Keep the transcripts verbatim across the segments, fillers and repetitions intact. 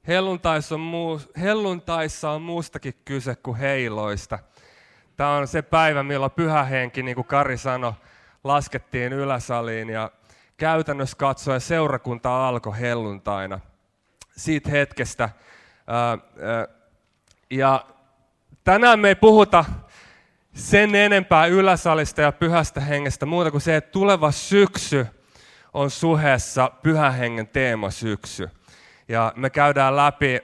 Helluntaissa on, muu, helluntaissa on muustakin kyse kuin heiloista. Tämä on se päivä, milloin Pyhä Henki, niin kuin Kari sanoi, laskettiin yläsaliin ja käytännössä katsoen seurakunta alkoi helluntaina siitä hetkestä. Ää, ää, ja tänään me ei puhuta sen enempää yläsalista ja Pyhästä Hengestä muuta kuin se, että tuleva syksy on suheessa Pyhän Hengen teemasyksy. Ja me käydään läpi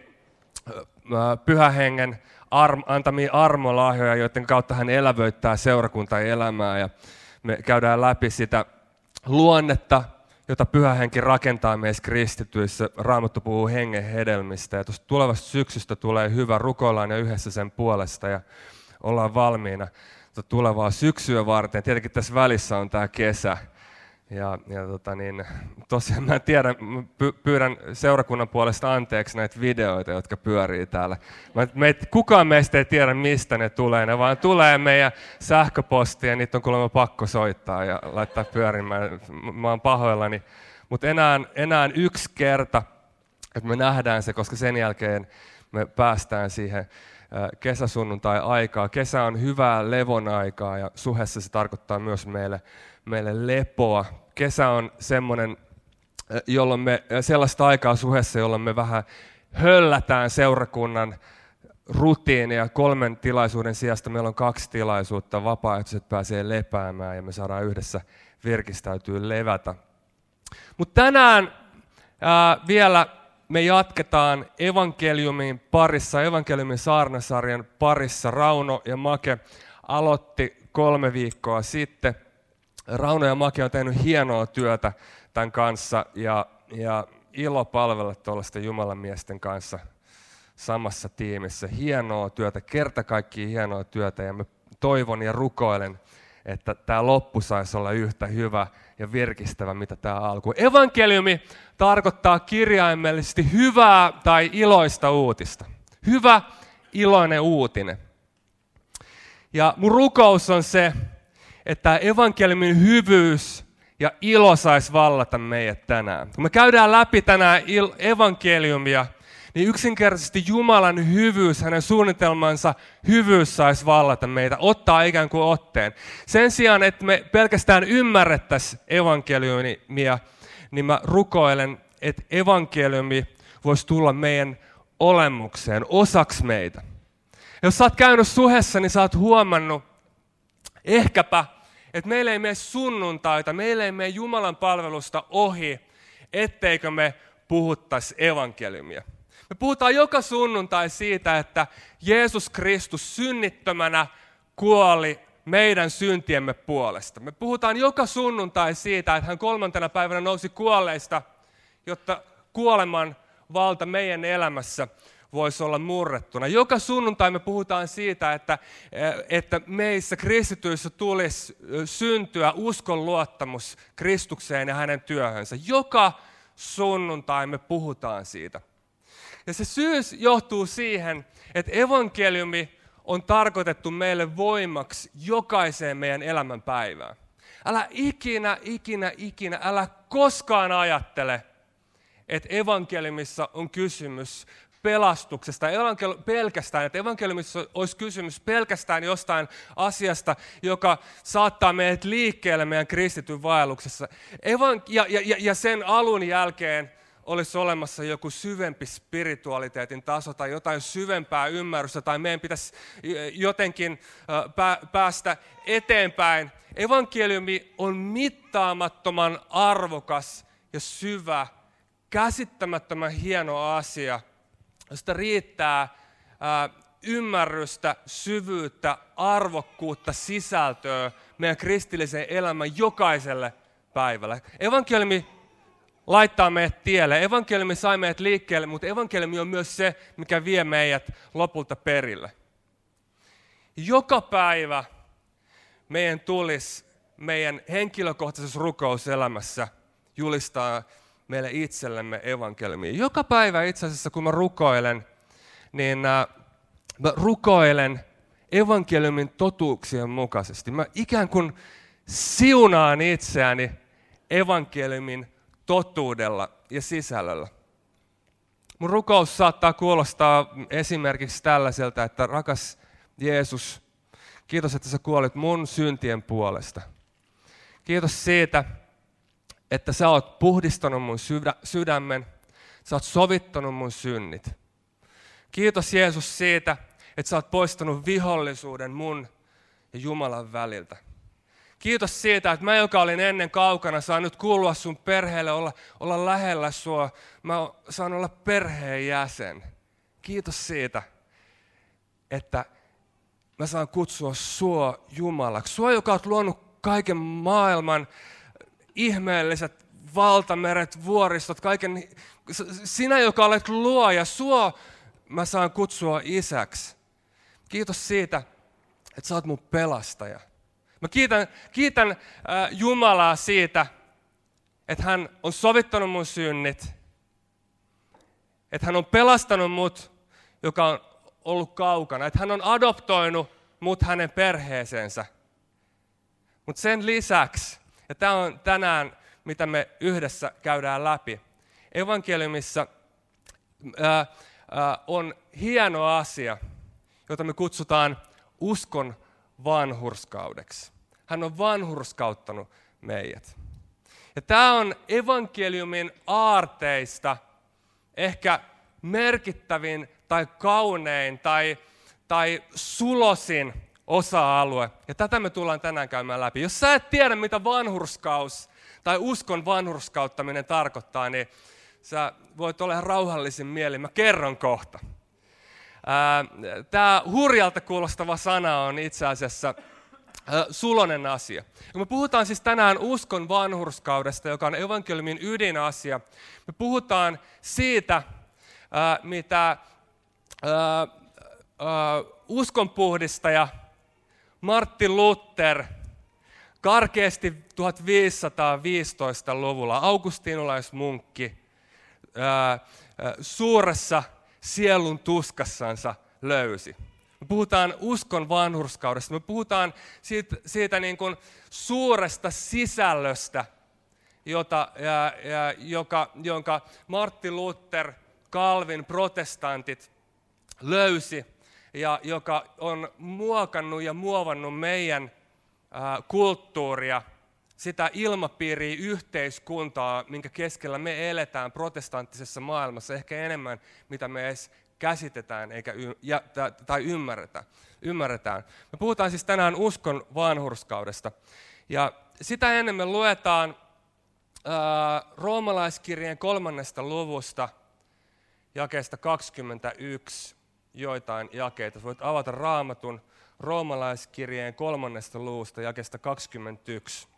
Pyhän Hengen arm, antamia armolahjoja, joiden kautta hän elävöittää seurakuntaelämää. Ja me käydään läpi sitä luonnetta, jota Pyhä Henki rakentaa meissä kristityissä. Raamattu puhuu hengen hedelmistä. Ja tuosta tulevasta syksystä tulee hyvä, rukoillaan ja yhdessä sen puolesta ja ollaan valmiina tulevaa syksyä varten. Tietenkin tässä välissä on tämä kesä. Ja, ja tota niin, tosiaan mä en tiedä, pyydän seurakunnan puolesta anteeksi näitä videoita, jotka pyörii täällä. Meit, kukaan meistä ei tiedä, mistä ne tulee, ne vaan tulee meidän sähköpostiin ja niitä on kuulemma pakko soittaa ja laittaa pyörimään. Mä oon pahoillani, mutta enää, enää yksi kerta, että me nähdään se, koska sen jälkeen me päästään siihen kesäsunnuntai-aikaa. Kesä on hyvää levon aikaa ja suhessa se tarkoittaa myös meille, meille lepoa. Kesä on semmoinen, jolloin me, sellaista aikaa suhessa, jolloin me vähän höllätään seurakunnan rutiinia. Kolmen tilaisuuden sijasta meillä on kaksi tilaisuutta. Vapaaehtoiset pääsee lepäämään ja me saadaan yhdessä virkistäytyä levätä. Mutta tänään ää, vielä me jatketaan evankeliumin parissa, evankeliumin saarnasarjan parissa. Rauno ja Make aloitti kolme viikkoa sitten. Rauno ja Make on tehnyt hienoa työtä tämän kanssa ja, ja ilo palvella tuollaisten Jumalan miesten kanssa samassa tiimissä. Hienoa työtä, kerta kaikkiaan hienoa työtä ja mä toivon ja rukoilen, että tämä loppu saisi olla yhtä hyvä ja virkistävä, mitä tämä alku. Evankeliumi tarkoittaa kirjaimellisesti hyvää tai iloista uutista. Hyvä, iloinen uutinen. Ja mun rukous on se, että evankeliumin hyvyys ja ilo saisi vallata meidät tänään. Kun me käydään läpi tänään evankeliumia, niin yksinkertaisesti Jumalan hyvyys, hänen suunnitelmansa hyvyys saisi vallata meitä, ottaa ikään kuin otteen. Sen sijaan, että me pelkästään ymmärrettäisiin evankeliumia, niin mä rukoilen, että evankeliumi voisi tulla meidän olemukseen, osaksi meitä. Jos sä oot käynyt suhessa, niin sä oot huomannut ehkäpä, että meillä ei mene sunnuntaita, meillä ei mene Jumalan palvelusta ohi, etteikö me puhuttaisi evankeliumia. Me puhutaan joka sunnuntai siitä, että Jeesus Kristus synnittömänä kuoli meidän syntiemme puolesta. Me puhutaan joka sunnuntai siitä, että hän kolmantena päivänä nousi kuolleista, jotta kuoleman valta meidän elämässä voisi olla murrettuna. Joka sunnuntai me puhutaan siitä, että, että meissä kristityissä tulisi syntyä uskon luottamus Kristukseen ja hänen työhönsä. Joka sunnuntai me puhutaan siitä. Ja se syy johtuu siihen, että evankeliumi on tarkoitettu meille voimaksi jokaiseen meidän elämän päivään. Älä ikinä, ikinä, ikinä, älä koskaan ajattele, että evankeliumissa on kysymys pelastuksesta, evankeli- pelkästään, että evankeliumissa olisi kysymys pelkästään jostain asiasta, joka saattaa meidät liikkeelle meidän kristityn vaelluksessa. Evan- ja, ja, ja sen alun jälkeen olisi olemassa joku syvempi spiritualiteetin taso tai jotain syvempää ymmärrystä tai meidän pitäisi jotenkin päästä eteenpäin. Evankeliumi on mittaamattoman arvokas ja syvä, käsittämättömän hieno asia, josta riittää ymmärrystä, syvyyttä, arvokkuutta, sisältöä meidän kristillisen elämän jokaiselle päivälle. Evankeliumi laittaa meidät tielle. Evankeliumi sai meidät liikkeelle, mutta evankeliumi on myös se, mikä vie meidät lopulta perille. Joka päivä meidän tulisi meidän henkilökohtaisessa rukouselämässä julistaa meille itsellemme evankeliumia. Joka päivä itse asiassa, kun mä rukoilen, niin mä rukoilen evankeliumin totuuksien mukaisesti. Mä ikään kuin siunaan itseäni evankeliumin totuudella ja sisällöllä. Mun rukous saattaa kuulostaa esimerkiksi tällaiselta, että rakas Jeesus, kiitos, että sä kuolit mun syntien puolesta. Kiitos siitä, että sä oot puhdistanut mun sydämen, sä oot sovittanut mun synnit. Kiitos Jeesus siitä, että sä oot poistanut vihollisuuden mun ja Jumalan väliltä. Kiitos siitä, että mä, joka olin ennen kaukana, saan nyt kuulua sun perheelle, olla, olla lähellä sua. Mä saan olla perheenjäsen. Kiitos siitä, että mä saan kutsua sua Jumalaksi. Sua, joka oot luonut kaiken maailman ihmeelliset valtameret, vuoristot, kaiken. Sinä, joka olet luoja, sua mä saan kutsua isäksi. Kiitos siitä, että sä oot mun pelastaja. Mä kiitän, kiitän äh, Jumalaa siitä, että hän on sovittanut mun synnit, että hän on pelastanut mut, joka on ollut kaukana, että hän on adoptoinut mut hänen perheeseensä. Mutta sen lisäksi, ja tämä on tänään, mitä me yhdessä käydään läpi, evankeliumissa ää, ää, on hieno asia, jota me kutsutaan uskon vanhurskaudeksi. Hän on vanhurskauttanut meidät. Ja tämä on evankeliumin aarteista ehkä merkittävin tai kaunein tai, tai sulosin osa-alue. Ja tätä me tullaan tänään käymään läpi. Jos sä et tiedä, mitä vanhurskaus tai uskon vanhurskauttaminen tarkoittaa, niin sä voit olla rauhallisin mielin. Mä kerron kohta. Tämä hurjalta kuulostava sana on itse asiassa sulonen asia. Ja me puhutaan siis tänään uskon vanhurskaudesta, joka on evankeliumin ydinasia. Me puhutaan siitä, mitä uskonpuhdistaja Martin Luther karkeasti tuhatviisisataaviisitoista-luvulla, augustinolaismunkki, suuressa sielun tuskassansa löysi. Me puhutaan uskon vanhurskaudesta, me puhutaan siitä, siitä niin kuin suuresta sisällöstä, jota, ja, ja, joka, jonka Martin Luther, Calvin, protestantit löysi ja joka on muokannut ja muovannut meidän ää, kulttuuria, sitä ilmapiiriä, yhteiskuntaa, minkä keskellä me eletään protestanttisessa maailmassa, ehkä enemmän, mitä me edes käsitetään eikä y- ja, tai ymmärretään. ymmärretään. Me puhutaan siis tänään uskon vanhurskaudesta. Ja sitä ennen me luetaan ää, roomalaiskirjeen kolmannesta luvusta, jakeesta kaksikymmentäyksi, joitain jakeita. Voit avata Raamatun roomalaiskirjeen kolmannesta luvusta, jakeesta kaksikymmentäyksi.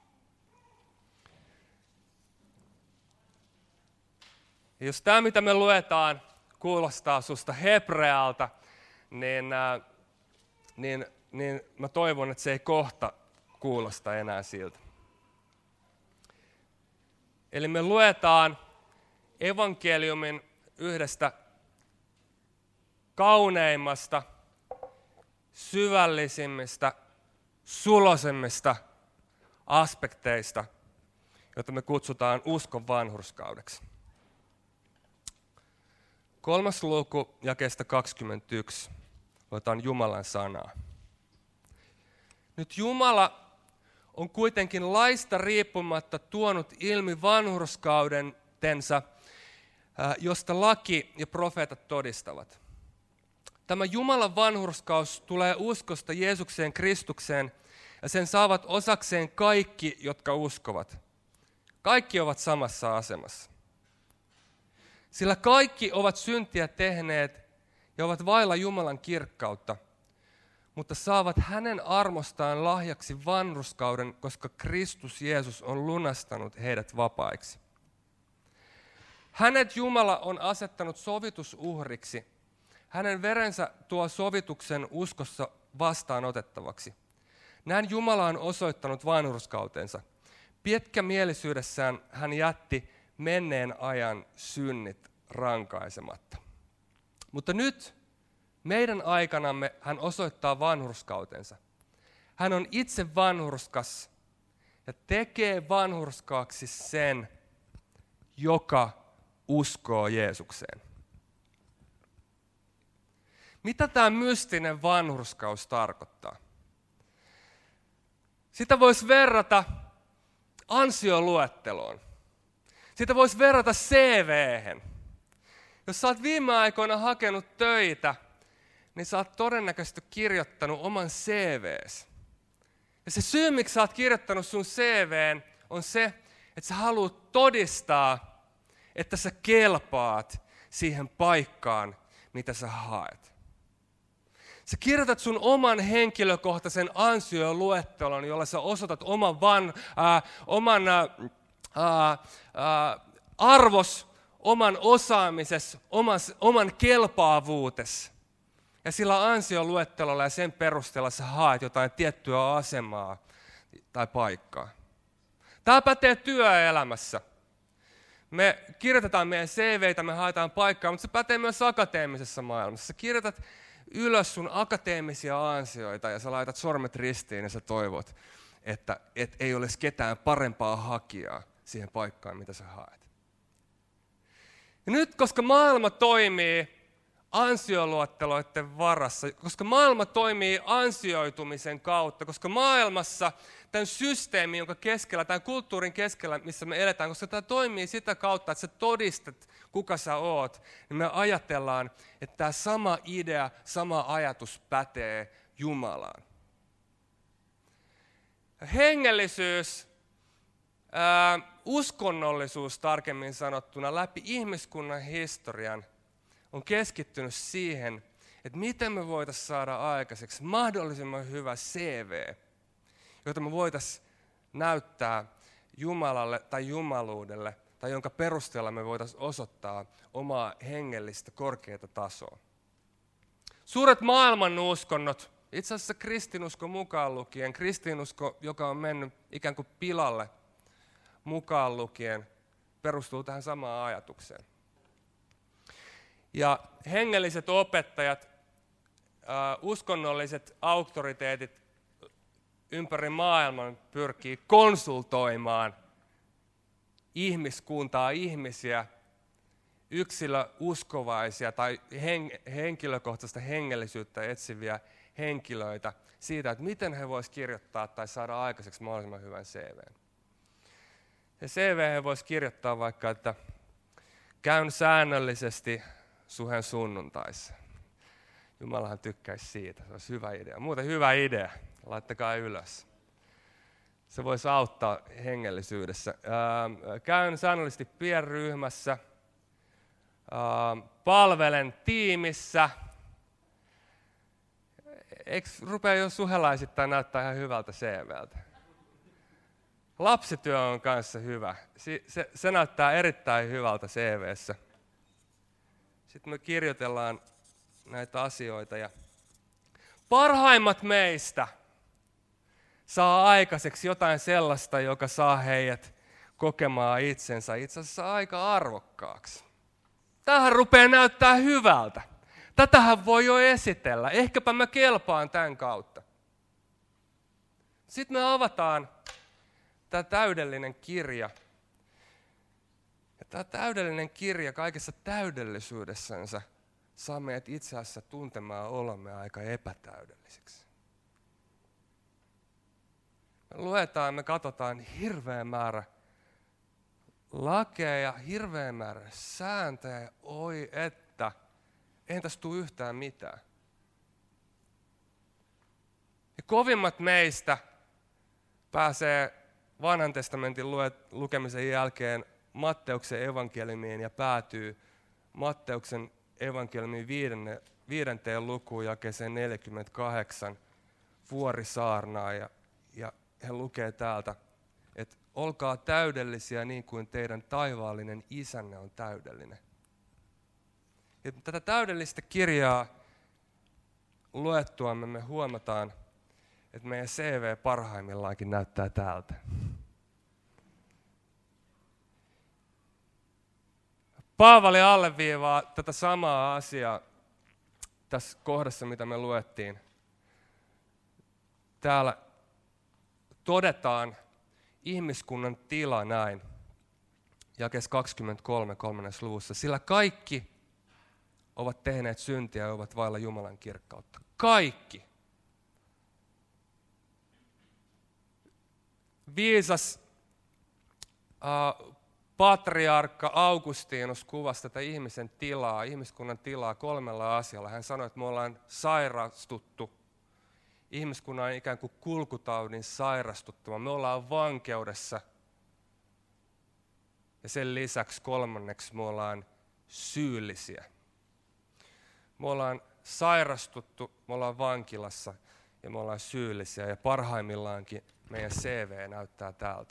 Ja jos tämä, mitä me luetaan, kuulostaa susta hebrealta, niin, äh, niin, niin mä toivon, että se ei kohta kuulosta enää siltä. Eli me luetaan evankeliumin yhdestä kauneimmasta, syvällisimmistä, sulosemmista aspekteista, jota me kutsutaan uskon vanhurskaudeksi. Kolmas luku jakeesta kaksikymmentäyksi. Luetaan Jumalan sanaa. Nyt Jumala on kuitenkin laista riippumatta tuonut ilmi vanhurskaudensa, josta laki ja profeetat todistavat. Tämä Jumalan vanhurskaus tulee uskosta Jeesukseen Kristukseen, ja sen saavat osakseen kaikki, jotka uskovat. Kaikki ovat samassa asemassa. Sillä kaikki ovat syntiä tehneet ja ovat vailla Jumalan kirkkautta, mutta saavat hänen armostaan lahjaksi vanhurskauden, koska Kristus Jeesus on lunastanut heidät vapaiksi. Hänet Jumala on asettanut sovitusuhriksi. Hänen verensä tuo sovituksen uskossa vastaanotettavaksi. Näin Jumala on osoittanut vanhurskautensa. Pitkämielisyydessään hän jätti menneen ajan synnit rankaisematta. Mutta nyt meidän aikanamme hän osoittaa vanhurskautensa. Hän on itse vanhurskas ja tekee vanhurskaaksi sen, joka uskoo Jeesukseen. Mitä tämä mystinen vanhurskaus tarkoittaa? Sitä voisi verrata ansioluetteloon. Sitä voisi verrata C V:hen. Jos sä oot viime aikoina hakenut töitä, niin sä oot todennäköisesti kirjoittanut oman C V:si. Ja se syy, miksi sä oot kirjoittanut sun C V:n, on se, että sä haluat todistaa, että sä kelpaat siihen paikkaan, mitä sä haet. Sä kirjoitat sun oman henkilökohtaisen ansioluettelon, jolla sä osoitat oman, van, äh, oman äh, äh, arvos, oman osaamisesi, oman, oman kelpaavuutesi. Ja sillä ansioluettelolla ja sen perusteella sä haet jotain tiettyä asemaa tai paikkaa. Tämä pätee työelämässä. Me kirjoitetaan meidän C V:itä, me haetaan paikkaa, mutta se pätee myös akateemisessa maailmassa. Sä kirjoitat ylös sun akateemisia ansioita ja sä laitat sormet ristiin ja sä toivot, että et ei olisi ketään parempaa hakijaa siihen paikkaan, mitä sä haet. Ja nyt, koska maailma toimii ansioluetteloiden varassa, koska maailma toimii ansioitumisen kautta, koska maailmassa tämän systeemin, jonka keskellä, tämän kulttuurin keskellä, missä me eletään, koska tämä toimii sitä kautta, että sä todistat, kuka sä oot, niin me ajatellaan, että tämä sama idea, sama ajatus pätee Jumalaan. Hengellisyys, ää, uskonnollisuus tarkemmin sanottuna läpi ihmiskunnan historian on keskittynyt siihen, että miten me voitaisiin saada aikaiseksi mahdollisimman hyvä C V, jota me voitaisiin näyttää Jumalalle tai jumaluudelle, tai jonka perusteella me voitaisiin osoittaa omaa hengellistä korkeata tasoa. Suuret maailman uskonnot, itse asiassa kristinusko mukaan lukien, kristinusko, joka on mennyt ikään kuin pilalle mukaan lukien, perustuu tähän samaan ajatukseen. Ja hengelliset opettajat, uskonnolliset auktoriteetit ympäri maailman pyrkii konsultoimaan ihmiskuntaa, ihmisiä, yksilöuskovaisia tai henkilökohtaista hengellisyyttä etsiviä henkilöitä siitä, että miten he voisivat kirjoittaa tai saada aikaiseksi mahdollisimman hyvän C V:n. Ja C V he voisivat kirjoittaa vaikka, että käyn säännöllisesti suhen sunnuntaissa. Jumalahan tykkäisi siitä, se olisi hyvä idea. Muuten hyvä idea, laittakaa ylös. Se voisi auttaa hengellisyydessä. Ää, käyn säännöllisesti pienryhmässä, ää, palvelen tiimissä. Eikö rupea jo suhelaisittain näyttää ihan hyvältä C V:ltä? Lapsityö on kanssa hyvä. Se, se, se näyttää erittäin hyvältä C V:ssä. Sitten me kirjoitellaan näitä asioita ja parhaimmat meistä saa aikaiseksi jotain sellaista, joka saa heidät kokemaan itsensä itse asiassa aika arvokkaaksi. Tämähän rupeaa näyttää hyvältä. Tätähän voi jo esitellä. Ehkäpä mä kelpaan tämän kautta. Sitten me avataan tämä täydellinen kirja. Ja tämä täydellinen kirja kaikessa täydellisyydessänsä saa meidät itse asiassa tuntemaan olomme aika epätäydellisiksi. Me luetaan, me katsotaan hirveä määrä lakeja, hirveä määrä sääntöjä, oi että, eihän tässä tule yhtään mitään. Ja kovimmat meistä pääsee Vanhan testamentin lukemisen jälkeen Matteuksen evankeliumiin ja päätyy Matteuksen evankeliumin viidenne, viidenteen lukuun jakeeseen neljäkymmentäkahdeksan vuorisaarnaa ja, ja he lukee täältä, että olkaa täydellisiä niin kuin teidän taivaallinen isänne on täydellinen. Ja tätä täydellistä kirjaa luettuamme me huomataan, että meidän C V parhaimmillaankin näyttää tältä. Paavali alleviivaa tätä samaa asiaa tässä kohdassa, mitä me luettiin. Täällä todetaan ihmiskunnan tila näin, jakeessa kaksikymmentäkolme kolmannessa luvussa. Sillä kaikki ovat tehneet syntiä ja ovat vailla Jumalan kirkkautta. Kaikki. Viisas äh, patriarkka Augustinus kuvasi tätä ihmisen tilaa, ihmiskunnan tilaa kolmella asialla. Hän sanoi, että me ollaan sairastuttu. Ihmiskunnan ikään kuin kulkutaudin sairastuttama. Me ollaan vankeudessa. Ja sen lisäksi kolmanneksi me ollaan syyllisiä. Me ollaan sairastuttu, me ollaan vankilassa ja me ollaan syyllisiä. Ja parhaimmillaankin meidän C V näyttää tältä.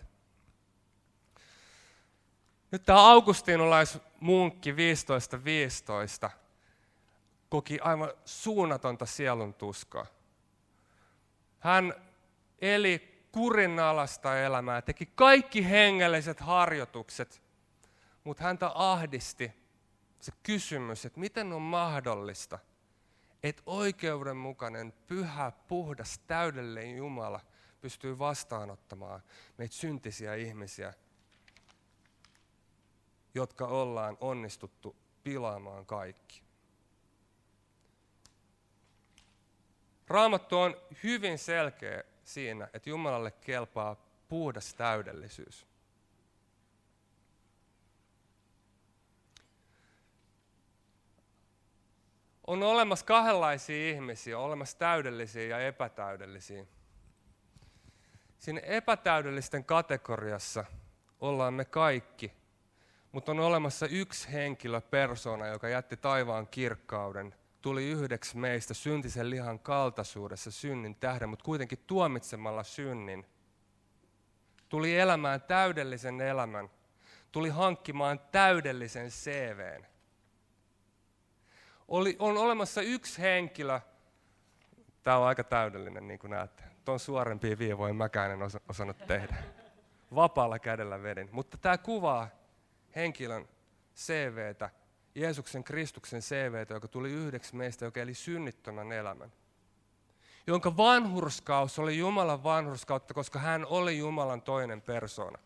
Nyt tämä augustinolaismunkki viisitoista viisitoista koki aivan suunnatonta sielun tuskaa. Hän eli kurinalaista elämää, teki kaikki hengelliset harjoitukset, mutta häntä ahdisti se kysymys, että miten on mahdollista, että oikeudenmukainen, pyhä, puhdas, täydellinen Jumala pystyy vastaanottamaan meitä syntisiä ihmisiä, jotka ollaan onnistuttu pilaamaan kaikki. Raamattu on hyvin selkeä siinä, että Jumalalle kelpaa puhdas täydellisyys. On olemassa kahdenlaisia ihmisiä, on olemassa täydellisiä ja epätäydellisiä. Siinä epätäydellisten kategoriassa ollaan me kaikki, mutta on olemassa yksi henkilö, persoona, joka jätti taivaan kirkkauden, tuli yhdeksi meistä syntisen lihan kaltaisuudessa synnin tähden, mutta kuitenkin tuomitsemalla synnin. Tuli elämään täydellisen elämän, tuli hankkimaan täydellisen C V:n. Oli, on olemassa yksi henkilö, tämä on aika täydellinen niin kuin näette, tuon suorempia viivoja mäkään en osa, osannut tehdä. Vapaalla kädellä vedin, mutta tämä kuvaa henkilön C V:tä, Jeesuksen Kristuksen C V:tä, joka tuli yhdeksi meistä, joka eli synnittömän elämän. Jonka vanhurskaus oli Jumalan vanhurskautta, koska hän oli Jumalan toinen persoona.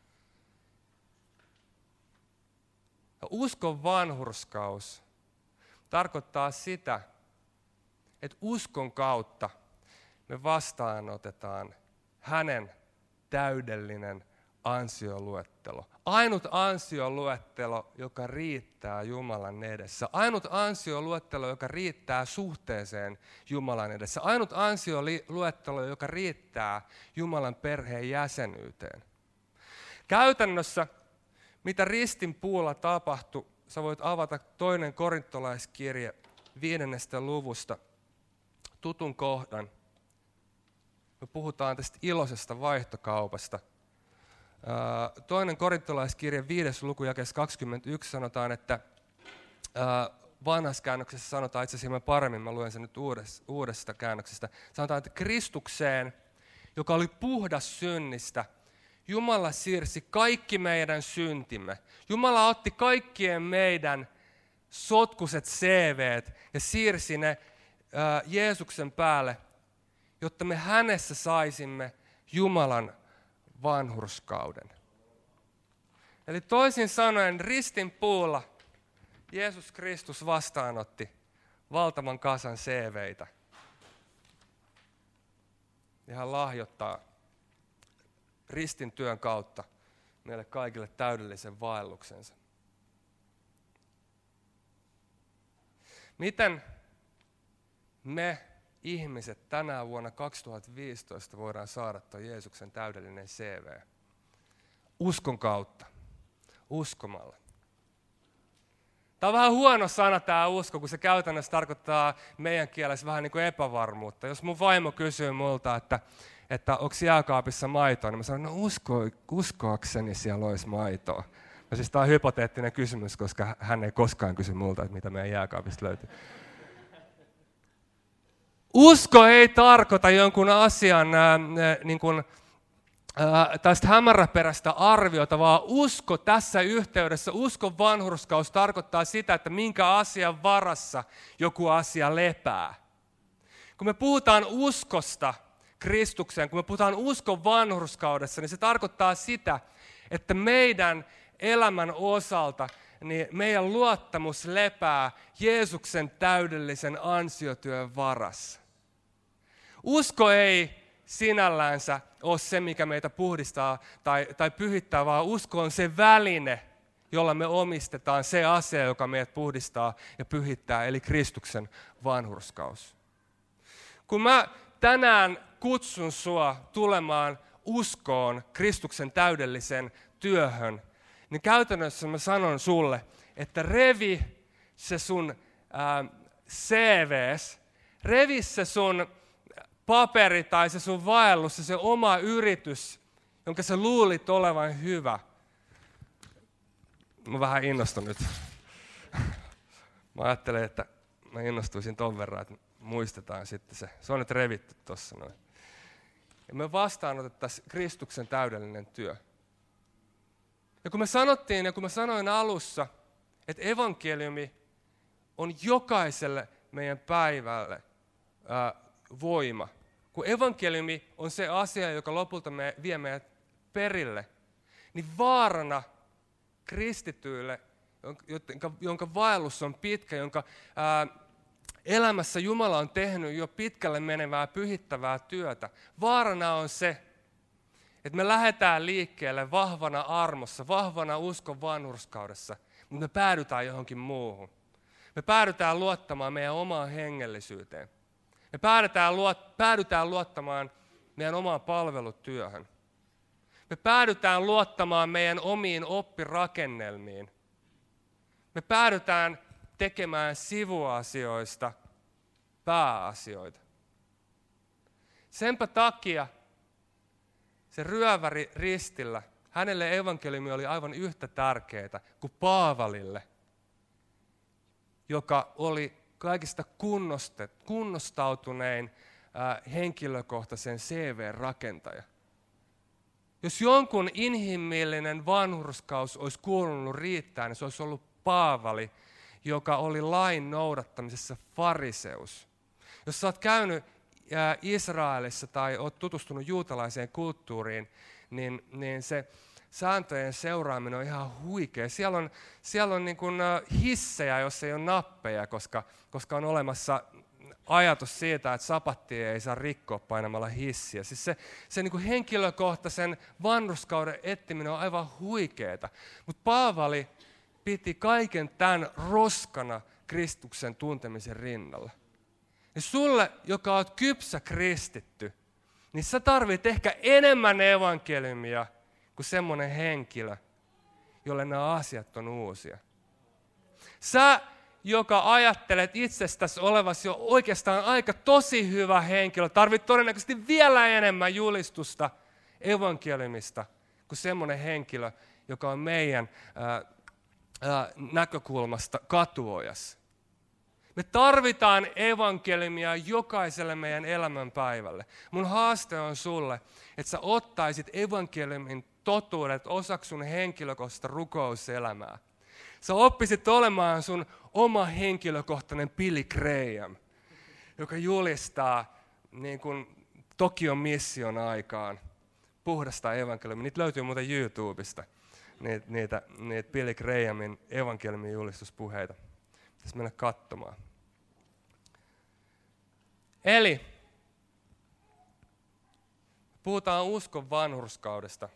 Ja uskon vanhurskaus tarkoittaa sitä, että uskon kautta me vastaanotetaan hänen täydellinen ansioluettelo. Ainut ansioluettelo, joka riittää Jumalan edessä. Ainut ansioluettelo, joka riittää suhteeseen Jumalan edessä. Ainut ansioluettelo, joka riittää Jumalan perheen jäsenyyteen. Käytännössä, mitä ristin puulla tapahtui, sä voit avata toinen korintolaiskirje viidennestä luvusta tutun kohdan. Me puhutaan tästä iloisesta vaihtokaupasta. Toinen korintolaiskirje viides luku jakeessa kaksikymmentäyksi sanotaan, että vanhassa käännöksessä sanotaan, itse asiassa paremmin, mä luen sen nyt uudesta, uudesta käännöksestä, sanotaan, että Kristukseen, joka oli puhdas synnistä, Jumala siirsi kaikki meidän syntimme. Jumala otti kaikkien meidän sotkuset C V:t ja siirsi ne ää, Jeesuksen päälle, jotta me hänessä saisimme Jumalan vanhurskauden. Eli toisin sanoen ristin puulla Jeesus Kristus vastaanotti valtavan kasan C V:itä. Ja hän lahjoittaa ristin työn kautta meille kaikille täydellisen vaelluksensa. Miten me ihmiset tänä vuonna kaksituhattaviisitoista voidaan saada tuo Jeesuksen täydellinen C V? Uskon kautta. Uskomalla. Tämä on vähän huono sana tämä usko, kun se käytännössä tarkoittaa meidän kielessä vähän niin kuin epävarmuutta. Jos mun vaimo kysyy multa, että, että onko jääkaapissa maitoa, niin mä sanon, no usko, uskoakseni siellä olisi maitoa. No siis tämä on hypoteettinen kysymys, koska hän ei koskaan kysy multa, että mitä meidän jääkaapista löytyy. Usko ei tarkoita jonkun asian äh, niin kuin, äh, tästä hämäräperäistä arviota, vaan usko tässä yhteydessä, uskon vanhurskaus tarkoittaa sitä, että minkä asian varassa joku asia lepää. Kun me puhutaan uskosta Kristukseen, kun me puhutaan uskon vanhurskaudessa, niin se tarkoittaa sitä, että meidän elämän osalta niin meidän luottamus lepää Jeesuksen täydellisen ansiotyön varassa. Usko ei sinällänsä ole se, mikä meitä puhdistaa tai, tai pyhittää, vaan usko on se väline, jolla me omistetaan se asia, joka meidät puhdistaa ja pyhittää, eli Kristuksen vanhurskaus. Kun mä tänään kutsun sua tulemaan uskoon Kristuksen täydellisen työhön, niin käytännössä mä sanon sulle, että revi se sun ää, C V:s, revi se sun paperi tai se sun vaellus, se, se oma yritys, jonka sä luulit olevan hyvä. Mä vähän innostun nyt. Mä ajattelen, että mä innostuisin ton verran, että muistetaan sitten se. Se on nyt revitty tossa noin. Ja me vastaanotettaisiin Kristuksen täydellinen työ. Ja kun me sanottiin ja kun mä sanoin alussa, että evankeliumi on jokaiselle meidän päivälle ää, voima. Kun evankeliumi on se asia, joka lopulta me, vie meidät perille, niin vaarana kristityille, jonka, jonka vaellus on pitkä, jonka ää, elämässä Jumala on tehnyt jo pitkälle menevää pyhittävää työtä. Vaarana on se, että me lähdetään liikkeelle vahvana armossa, vahvana uskon vanhurskaudessa, mutta me päädytään johonkin muuhun. Me päädytään luottamaan meidän omaan hengellisyyteen. Me päädytään, luot, päädytään luottamaan meidän omaan palvelutyöhön. Me päädytään luottamaan meidän omiin oppirakennelmiin. Me päädytään tekemään sivuasioista pääasioita. Senpä takia se ryöväri ristillä, hänelle evankeliumi oli aivan yhtä tärkeää kuin Paavalille, joka oli kaikista kunnostautunein äh, henkilökohtaisen C V-rakentaja. Jos jonkun inhimillinen vanhurskaus olisi kuulunut riittää, niin se olisi ollut Paavali, joka oli lain noudattamisessa fariseus. Jos sä oot käynyt äh, Israelissa tai oot tutustunut juutalaiseen kulttuuriin, niin, niin se sääntöjen seuraaminen on ihan huikea. Siellä on, siellä on niin kuin hissejä, jos ei ole nappeja, koska, koska on olemassa ajatus siitä, että sapattia ei saa rikkoa painamalla hissiä. Siis se, se niin kuin henkilökohtaisen vanhurskauden etsiminen on aivan huikeeta. Mutta Paavali piti kaiken tämän roskana Kristuksen tuntemisen rinnalla. Ja sulle, joka oot kypsä kristitty, niin sä tarvit ehkä enemmän evankeliumia kuin semmoinen henkilö, jolle nämä asiat on uusia. Sä, joka ajattelet itsestäsi olevasi jo oikeastaan aika tosi hyvä henkilö, tarvit todennäköisesti vielä enemmän julistusta evankeliumista kuin semmoinen henkilö, joka on meidän ää, ää, näkökulmasta katuojas. Me tarvitaan evankeliumia jokaiselle meidän elämänpäivälle. Mun haaste on sulle, että sä ottaisit evankeliumin totuudet osaksi sun henkilökohtaista rukouselämää. Sä oppisit olemaan sun oma henkilökohtainen Billy Graham, joka julistaa niin kuin Tokion mission aikaan puhdasta evankeliumia. Niitä löytyy muuten YouTubesta, niitä, niitä, niitä Billy Grahamin evankeliumin julistuspuheita. Pitäisi mennä katsomaan. Eli puhutaan uskon vanhurskaudesta,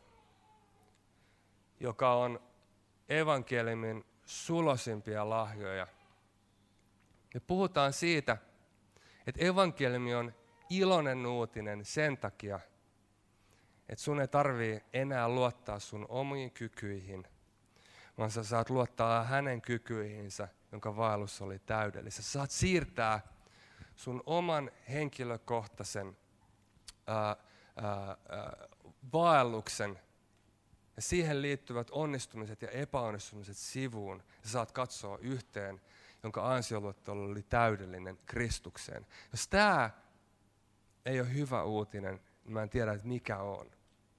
joka on evankeliumin sulosimpia lahjoja. Me puhutaan siitä, että evankeliumi on iloinen uutinen sen takia, että sun ei tarvitse enää luottaa sun omiin kykyihin, vaan sä saat luottaa hänen kykyihinsä, jonka vaellus oli täydellinen. Sä saat siirtää sun oman henkilökohtaisen ää, ää, ää, vaelluksen ja siihen liittyvät onnistumiset ja epäonnistumiset sivuun. Sä saat katsoa yhteen, jonka ansioluettelo oli täydellinen Kristukseen. Jos tämä ei ole hyvä uutinen, niin mä en tiedä, että mikä on.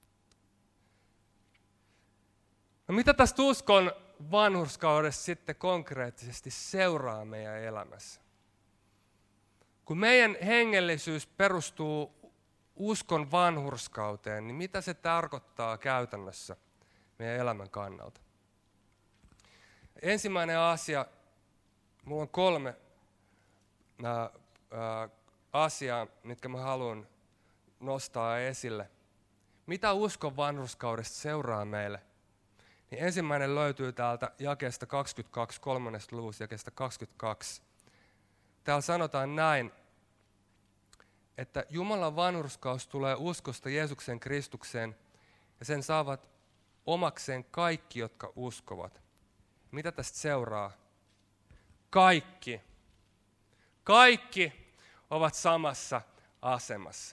No mitä tästä uskon vanhurskaudesta sitten konkreettisesti seuraa meidän elämässä? Kun meidän hengellisyys perustuu uskon vanhurskauteen, niin mitä se tarkoittaa käytännössä meidän elämän kannalta? Ensimmäinen asia, mulla on kolme ää, ää, asiaa, mitkä mä haluan nostaa esille. Mitä uskon vanhurskaudesta seuraa meille? Niin ensimmäinen löytyy täältä jakeesta kaksikymmentäkaksi, kolmannesta luvusta jakeesta kaksikymmentäkaksi. Täällä sanotaan näin, että Jumalan vanhurskaus tulee uskosta Jeesuksen Kristukseen ja sen saavat omakseen kaikki, jotka uskovat. Mitä tästä seuraa? Kaikki. Kaikki ovat samassa asemassa.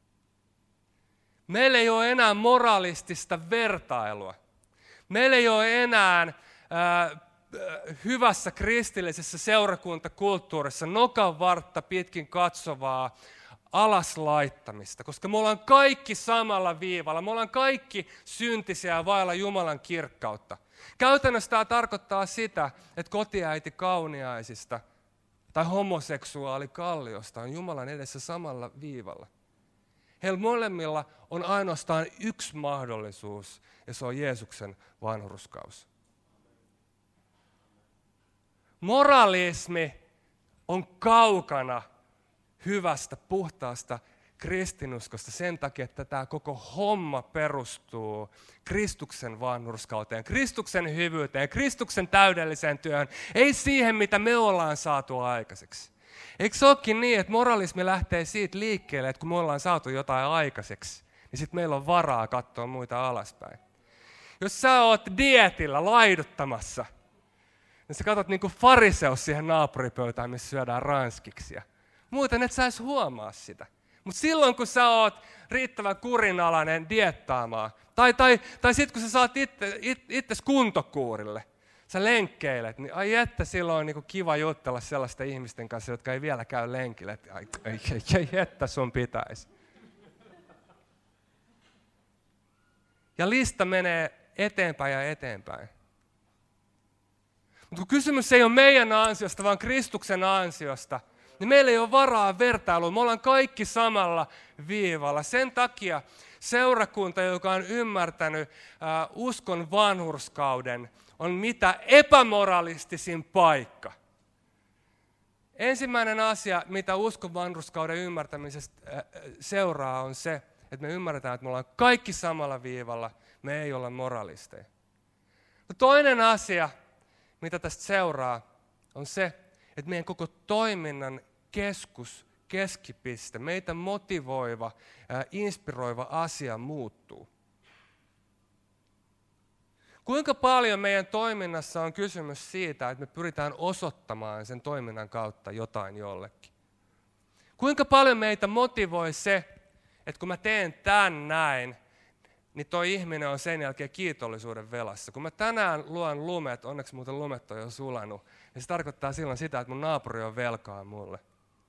Meillä ei ole enää moralistista vertailua. Meillä ei ole enää ää, hyvässä kristillisessä seurakuntakulttuurissa nokan vartta pitkin katsovaa alaslaittamista, koska me ollaan kaikki samalla viivalla. Me ollaan kaikki syntisiä ja vailla Jumalan kirkkautta. Käytännössä tämä tarkoittaa sitä, että kotiäiti kauniaisista tai homoseksuaali kalliosta on Jumalan edessä samalla viivalla. Heillä molemmilla on ainoastaan yksi mahdollisuus, ja se on Jeesuksen vanhurskaus. Moralismi on kaukana hyvästä, puhtaasta kristinuskosta sen takia, että tämä koko homma perustuu Kristuksen vanhurskauteen, Kristuksen hyvyyteen, Kristuksen täydelliseen työhön, ei siihen, mitä me ollaan saatu aikaiseksi. Eikö se olekin niin, että moralismi lähtee siitä liikkeelle, että kun me ollaan saatu jotain aikaiseksi, niin sitten meillä on varaa katsoa muita alaspäin. Jos sä oot dietillä laiduttamassa, niin sä katsot niin kuin fariseus siihen naapuripöytään, missä syödään ranskiksia. Muuten et sä edes huomaa sitä. Mutta silloin, kun sä oot riittävän kurinalainen diettaamaan, tai, tai, tai sitten kun sä saat itse, it, itses kuntokuurille, sä lenkkeilet, niin ai että silloin on niinku kiva juttella sellaisten ihmisten kanssa, jotka ei vielä käy lenkille. Että ai, ai, ai, ai että sun pitäisi. Ja lista menee eteenpäin ja eteenpäin. Mutta kun kysymys ei ole meidän ansiosta, vaan Kristuksen ansiosta, niin meillä ei ole varaa vertailuun. Me ollaan kaikki samalla viivalla. Sen takia seurakunta, joka on ymmärtänyt äh, uskon vanhurskauden, on mitä epämoralistisin paikka. Ensimmäinen asia, mitä uskon vanhurskauden ymmärtämisestä äh, seuraa, on se, että me ymmärretään, että me ollaan kaikki samalla viivalla. Me ei olla moralisteja. No toinen asia, mitä tästä seuraa, on se, että meidän koko toiminnan keskus, keskipiste, meitä motivoiva, ää, inspiroiva asia muuttuu. Kuinka paljon meidän toiminnassa on kysymys siitä, että me pyritään osoittamaan sen toiminnan kautta jotain jollekin? Kuinka paljon meitä motivoi se, että kun mä teen tän näin, niin toi ihminen on sen jälkeen kiitollisuuden velassa. Kun mä tänään luon lumet, onneksi muuten lumet on jo sulanut, niin se tarkoittaa silloin sitä, että mun naapuri on velkaa mulle.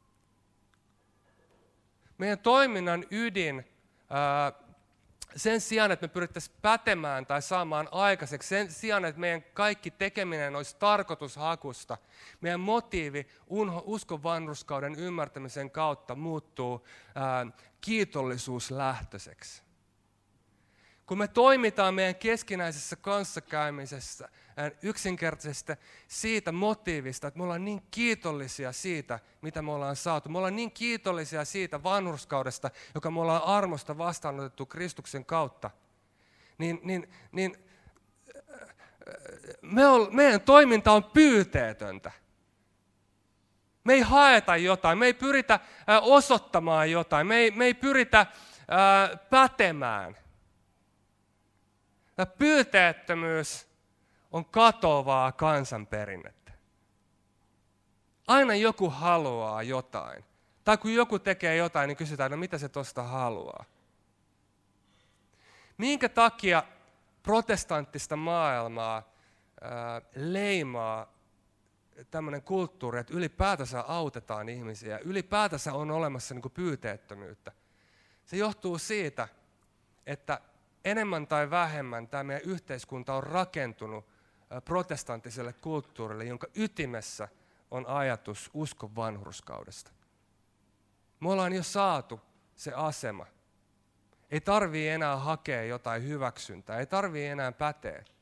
Meidän toiminnan ydin, ää, sen sijaan, että me pyrittäisiin pätemään tai saamaan aikaiseksi, sen sijaan, että meidän kaikki tekeminen olisi tarkoitushakusta, meidän motiivi uskon vanhurskauden ymmärtämisen kautta muuttuu ää, kiitollisuuslähtöiseksi. Kun me toimitaan meidän keskinäisessä kanssakäymisessä yksinkertaisesti siitä motiivista, että me ollaan niin kiitollisia siitä, mitä me ollaan saatu. Me ollaan niin kiitollisia siitä vanhurskaudesta, joka me ollaan armosta vastaanotettu Kristuksen kautta. Niin, niin, niin me ol, meidän toiminta on pyyteetöntä. Me ei haeta jotain, me ei pyritä osoittamaan jotain, me ei, me ei pyritä ää, pätemään. Tämä pyyteettömyys on katoavaa kansanperinnettä. Aina joku haluaa jotain. Tai kun joku tekee jotain, niin kysytään, no mitä se tuosta haluaa. Minkä takia protestanttista maailmaa ää, leimaa tämmöinen kulttuuri, että ylipäätänsä autetaan ihmisiä, ylipäätänsä on olemassa niin kuin pyyteettömyyttä. Se johtuu siitä, että enemmän tai vähemmän tämä meidän yhteiskunta on rakentunut protestanttiselle kulttuurille, jonka ytimessä on ajatus uskon vanhurskaudesta. Me ollaan jo saatu se asema. Ei tarvitse enää hakea jotain hyväksyntää, ei tarvitse enää päteä.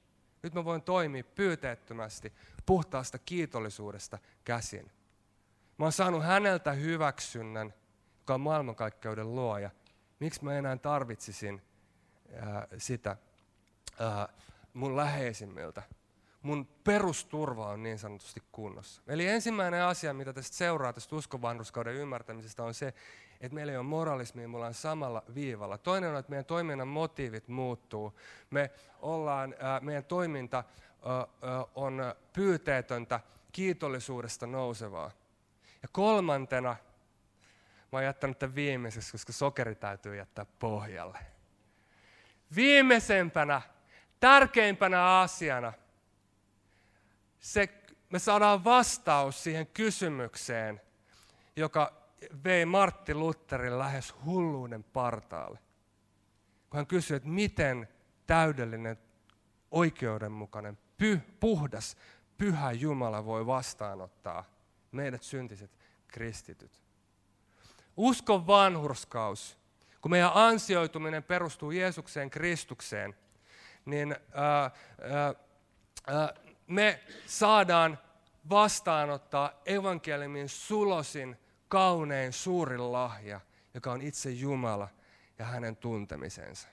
Nyt mä voin toimia pyyteettömästi, puhtaasta kiitollisuudesta käsin. Mä oon saanut häneltä hyväksynnän, joka on maailmankaikkeuden luoja. Miksi mä enää tarvitsisin ää, sitä ää, mun läheisimmiltä? Mun perusturva on niin sanotusti kunnossa. Eli ensimmäinen asia, mitä tästä seuraa tästä uskonvanhurskauden ymmärtämisestä, on se, että meillä ei ole moralismia, me ollaan samalla viivalla. Toinen on, että meidän toiminnan motiivit muuttuu. Me ollaan, ää, meidän toiminta ää, ää, on pyyteetöntä, kiitollisuudesta nousevaa. Ja kolmantena, mä oon jättänyt tämän viimeiseksi, koska sokeri täytyy jättää pohjalle. Viimeisempänä, tärkeimpänä asiana, se, me saadaan vastaus siihen kysymykseen, joka vei Martti Lutherin lähes hulluuden partaalle. Kun hän kysyi, että miten täydellinen, oikeudenmukainen, py, puhdas, pyhä Jumala voi vastaanottaa meidät syntiset kristityt. Uskon vanhurskaus, kun meidän ansioituminen perustuu Jeesukseen Kristukseen, niin ää, ää, ää, me saadaan vastaanottaa evankeliumin sulosin, kaunein, suurin lahja, joka on itse Jumala ja hänen tuntemisensa.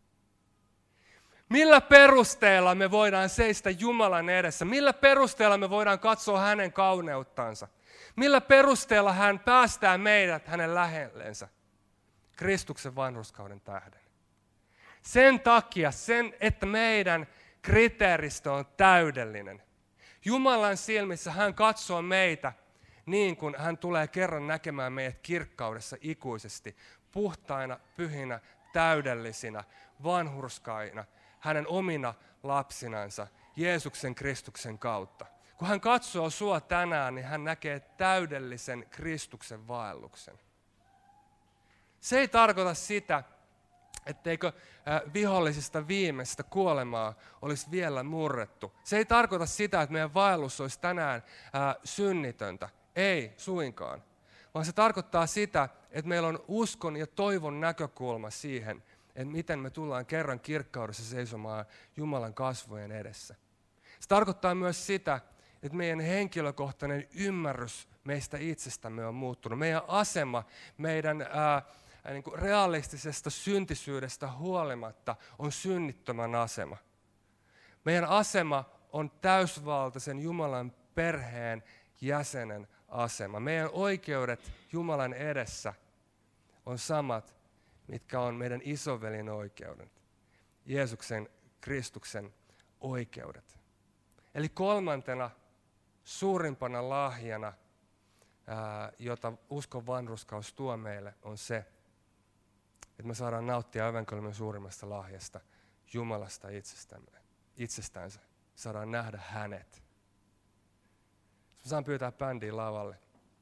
Millä perusteella me voidaan seistä Jumalan edessä? Millä perusteella me voidaan katsoa hänen kauneuttansa? Millä perusteella hän päästää meidät hänen lähellensä? Kristuksen vanhurskauden tähden. Sen takia, sen, että meidän kriteeristö on täydellinen. Jumalan silmissä hän katsoo meitä niin kuin hän tulee kerran näkemään meidät kirkkaudessa ikuisesti, puhtaina, pyhinä, täydellisinä, vanhurskaina, hänen omina lapsinansa, Jeesuksen Kristuksen kautta. Kun hän katsoo sua tänään, niin hän näkee täydellisen Kristuksen vaelluksen. Se ei tarkoita sitä, etteikö vihollisista viimeistä kuolemaa olisi vielä murrettu. Se ei tarkoita sitä, että meidän vaellus olisi tänään synnitöntä. Ei suinkaan. Vaan se tarkoittaa sitä, että meillä on uskon ja toivon näkökulma siihen, että miten me tullaan kerran kirkkaudessa seisomaan Jumalan kasvojen edessä. Se tarkoittaa myös sitä, että meidän henkilökohtainen ymmärrys meistä itsestämme on muuttunut. Meidän asema, meidän ää, niin kuin realistisesta syntisyydestä huolimatta on synnittömän asema. Meidän asema on täysvaltaisen Jumalan perheen jäsenen asema. Meidän oikeudet Jumalan edessä on samat, mitkä on meidän isovelin oikeudet. Jeesuksen, Kristuksen oikeudet. Eli kolmantena suurimpana lahjana, ää, jota uskon vanhurskaus tuo meille, on se, että me saadaan nauttia evankeliumin suurimmasta lahjasta, Jumalasta itsestämme, itsestäänsä. Saadaan nähdä hänet. Mä saan pyytää bändiä lavalle.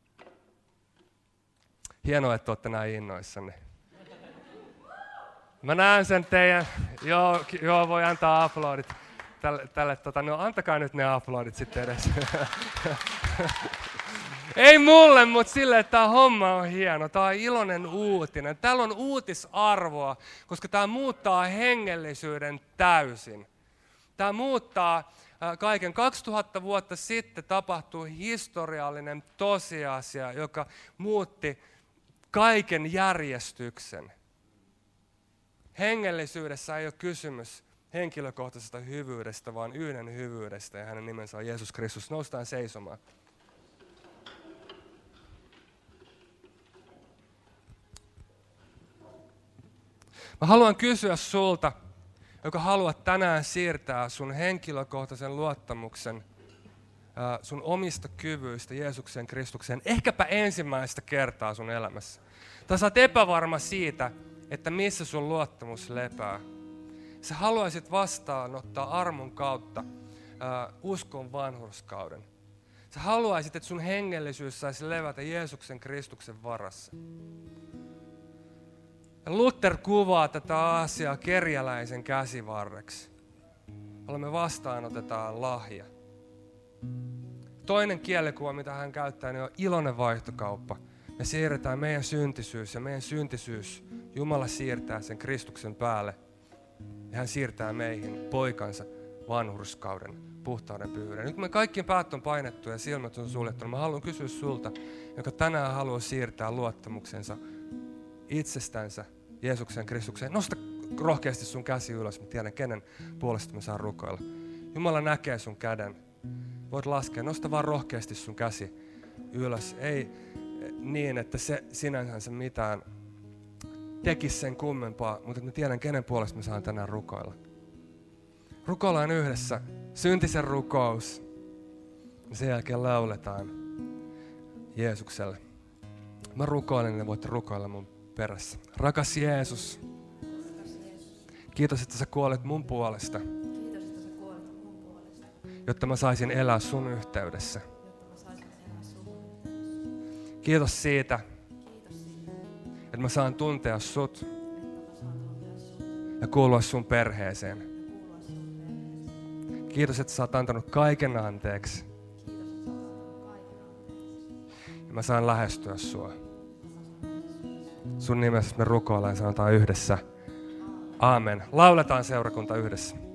Hienoa, että olette näin innoissanne. Mä näen sen teidän, joo, joo voi antaa aplodit. Tälle, tälle, tota, no antakaa nyt ne aplodit sitten edes. Ei mulle, mutta sille, että tämä homma on hieno. Tämä on iloinen uutinen. Täällä on uutisarvoa, koska tämä muuttaa hengellisyyden täysin. Tämä muuttaa kaiken. kaksituhatta vuotta sitten tapahtui historiallinen tosiasia, joka muutti kaiken järjestyksen. Hengellisyydessä ei ole kysymys henkilökohtaisesta hyvyydestä, vaan yhden hyvyydestä, ja hänen nimensä on Jeesus Kristus. Noustaan seisomaan. Mä haluan kysyä sulta, joka haluat tänään siirtää sun henkilökohtaisen luottamuksen sun omista kyvyistä Jeesuksen Kristukseen, ehkäpä ensimmäistä kertaa sun elämässä. Tai sä oot epävarma siitä, että missä sun luottamus lepää. Sä haluaisit vastaanottaa armon kautta ää, uskon vanhurskauden. Sä haluaisit, että sun hengellisyys saisi levätä Jeesuksen Kristuksen varassa. Ja Luther kuvaa tätä asiaa kerjäläisen käsivarreksi, jolloin me vastaanotetaan lahja. Toinen kielikuva, mitä hän käyttää, niin on iloinen vaihtokauppa. Me siirretään meidän syntisyys ja meidän syntisyys, Jumala siirtää sen Kristuksen päälle. Ja hän siirtää meihin poikansa vanhurskauden, puhtauden, pyhyyden. Nyt kun me kaikkien päät on painettu ja silmät on suljettu, mä haluan kysyä sulta, joka tänään haluaa siirtää luottamuksensa itsestänsä Jeesuksen Kristukseen. Nosta rohkeasti sun käsi ylös, mä tiedän kenen puolesta mä saan rukoilla. Jumala näkee sun käden. Voit laskea, nosta vaan rohkeasti sun käsi ylös. Ei niin, että se sinänsä mitään tekisi sen kummempaa, mutta mä tiedän kenen puolesta mä saan tänään rukoilla. Rukoillaan yhdessä syntisen rukous. Ja sen jälkeen lauletaan Jeesukselle. Mä rukoilen, niin voitte rukoilla mun perässä. Rakas Jeesus, kiitos, että sä kuolet mun puolesta, jotta mä saisin elää sun yhteydessä. Kiitos siitä, että mä saan tuntea sut ja kuulua sun perheeseen. Kiitos, että sä oot antanut kaiken anteeksi. Ja mä saan lähestyä sua. Sun nimessä me rukoillaan ja sanotaan yhdessä. Aamen. Lauletaan seurakunta yhdessä.